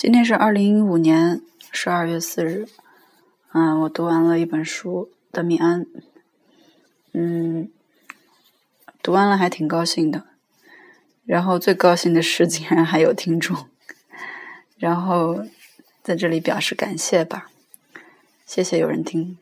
今天是2015年12月4日，我读完了一本书的米安，读完了还挺高兴的，然后最高兴的是竟然还有听众，然后在这里表示感谢吧，谢谢有人听。